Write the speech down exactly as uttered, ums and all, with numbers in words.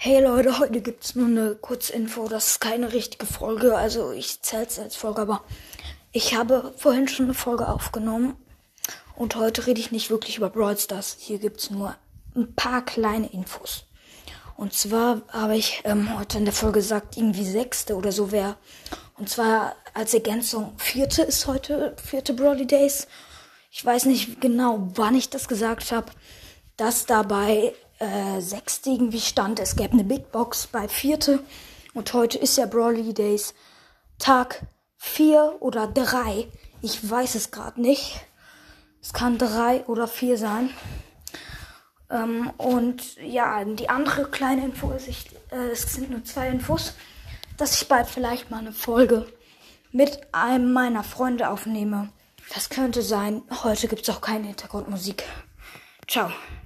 Hey Leute, heute gibt's nur eine Kurzinfo. Das ist keine richtige Folge, also ich zähle es als Folge, aber ich habe vorhin schon eine Folge aufgenommen und heute rede ich nicht wirklich über Brawl Stars. Hier gibt's nur ein paar kleine Infos. Und zwar habe ich ähm, heute in der Folge gesagt, irgendwie sechste oder so wäre. Und zwar als Ergänzung, vierte ist heute, vierte Brawly Days. Ich weiß nicht genau, wann ich das gesagt habe, dass dabei äh, sechste irgendwie stand. Es gäbe eine Big Box bei vierte. Und heute ist ja Brawly Days Tag vier oder drei. Ich weiß es gerade nicht. Es kann drei oder vier sein. Ähm, und ja, die andere kleine Info ist, ich, äh, es sind nur zwei Infos, dass ich bald vielleicht mal eine Folge mit einem meiner Freunde aufnehme. Das könnte sein. Heute gibt es auch keine Hintergrundmusik. Ciao.